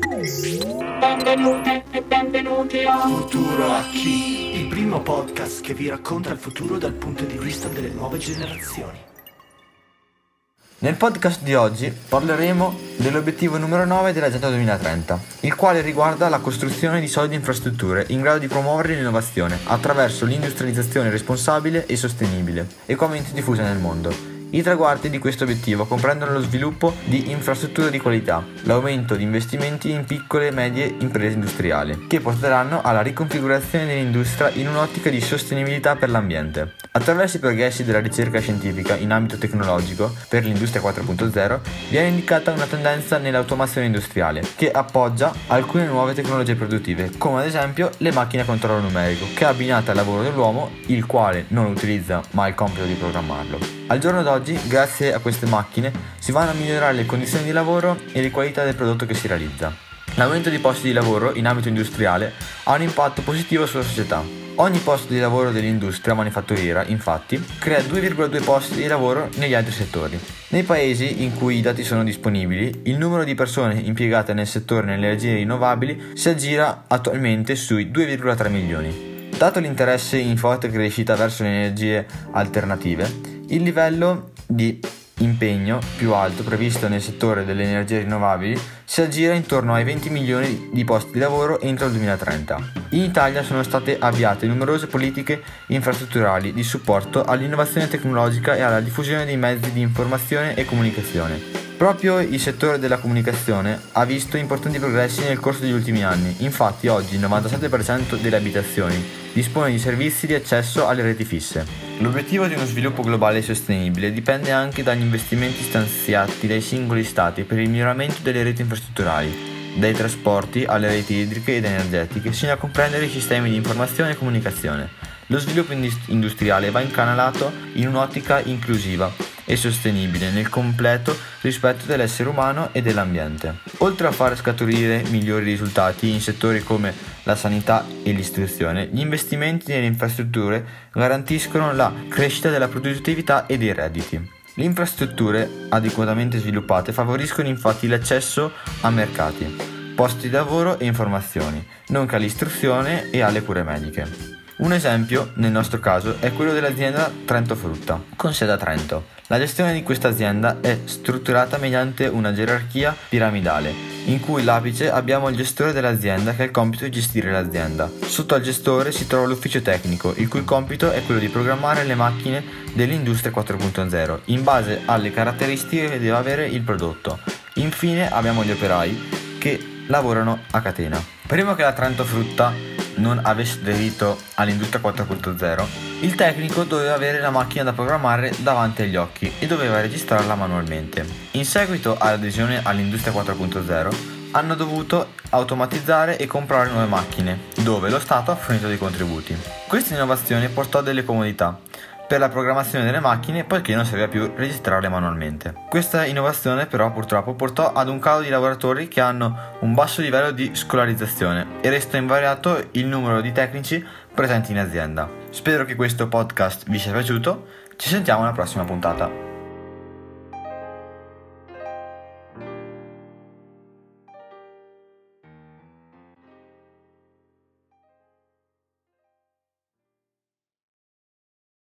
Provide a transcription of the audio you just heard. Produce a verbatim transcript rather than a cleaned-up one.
Benvenuti e benvenuti a Futuro a chi? Il primo podcast che vi racconta il futuro dal punto di vista delle nuove generazioni. Nel podcast di oggi parleremo dell'obiettivo numero nove dell'Agenda duemilatrenta, il quale riguarda la costruzione di solide infrastrutture in grado di promuovere l'innovazione attraverso l'industrializzazione responsabile e sostenibile, equamente diffusa nel mondo. I traguardi di questo obiettivo comprendono lo sviluppo di infrastrutture di qualità, l'aumento di investimenti in piccole e medie imprese industriali, che porteranno alla riconfigurazione dell'industria in un'ottica di sostenibilità per l'ambiente. Attraverso i progressi della ricerca scientifica in ambito tecnologico per l'industria quattro punto zero viene indicata una tendenza nell'automazione industriale che appoggia alcune nuove tecnologie produttive, come ad esempio le macchine a controllo numerico, che è abbinata al lavoro dell'uomo, il quale non lo utilizza ma ha il compito di programmarlo. Al giorno d'oggi, grazie a queste macchine, si vanno a migliorare le condizioni di lavoro e le qualità del prodotto che si realizza. L'aumento di posti di lavoro in ambito industriale ha un impatto positivo sulla società. Ogni posto di lavoro dell'industria manifatturiera, infatti, crea due virgola due posti di lavoro negli altri settori. Nei paesi in cui i dati sono disponibili, il numero di persone impiegate nel settore delle energie rinnovabili si aggira attualmente sui due virgola tre milioni. Dato l'interesse in forte crescita verso le energie alternative, il livello di impegno più alto previsto nel settore delle energie rinnovabili si aggira intorno ai venti milioni di posti di lavoro entro il duemilatrenta. In Italia sono state avviate numerose politiche infrastrutturali di supporto all'innovazione tecnologica e alla diffusione dei mezzi di informazione e comunicazione. Proprio il settore della comunicazione ha visto importanti progressi nel corso degli ultimi anni. Infatti oggi il novantasette per cento delle abitazioni dispone di servizi di accesso alle reti fisse. L'obiettivo di uno sviluppo globale e sostenibile dipende anche dagli investimenti stanziati dai singoli stati per il miglioramento delle reti infrastrutturali, dai trasporti alle reti idriche ed energetiche, sino a comprendere i sistemi di informazione e comunicazione. Lo sviluppo industriale va incanalato in un'ottica inclusiva e sostenibile nel completo rispetto dell'essere umano e dell'ambiente. Oltre a far scaturire migliori risultati in settori come la sanità e l'istruzione, gli investimenti nelle infrastrutture garantiscono la crescita della produttività e dei redditi. Le infrastrutture adeguatamente sviluppate favoriscono infatti l'accesso a mercati, posti di lavoro e informazioni, nonché all'istruzione e alle cure mediche. Un esempio, nel nostro caso, è quello dell'azienda Trento Frutta, con sede a Trento. La gestione di questa azienda è strutturata mediante una gerarchia piramidale, in cui all'apice abbiamo il gestore dell'azienda che ha il compito di gestire l'azienda. Sotto al gestore si trova l'ufficio tecnico, il cui compito è quello di programmare le macchine dell'industria quattro punto zero, in base alle caratteristiche che deve avere il prodotto. Infine abbiamo gli operai che lavorano a catena. Prima che la Trento Frutta non avesse aderito all'industria quattro punto zero, il tecnico doveva avere la macchina da programmare davanti agli occhi e doveva registrarla manualmente. In seguito all'adesione all'industria quattro punto zero hanno dovuto automatizzare e comprare nuove macchine, dove lo Stato ha fornito dei contributi. Questa innovazione portò delle comodità per la programmazione delle macchine, poiché non serviva più registrarle manualmente. Questa innovazione però purtroppo portò ad un calo di lavoratori che hanno un basso livello di scolarizzazione e resta invariato il numero di tecnici presenti in azienda. Spero che questo podcast vi sia piaciuto, ci sentiamo alla prossima puntata.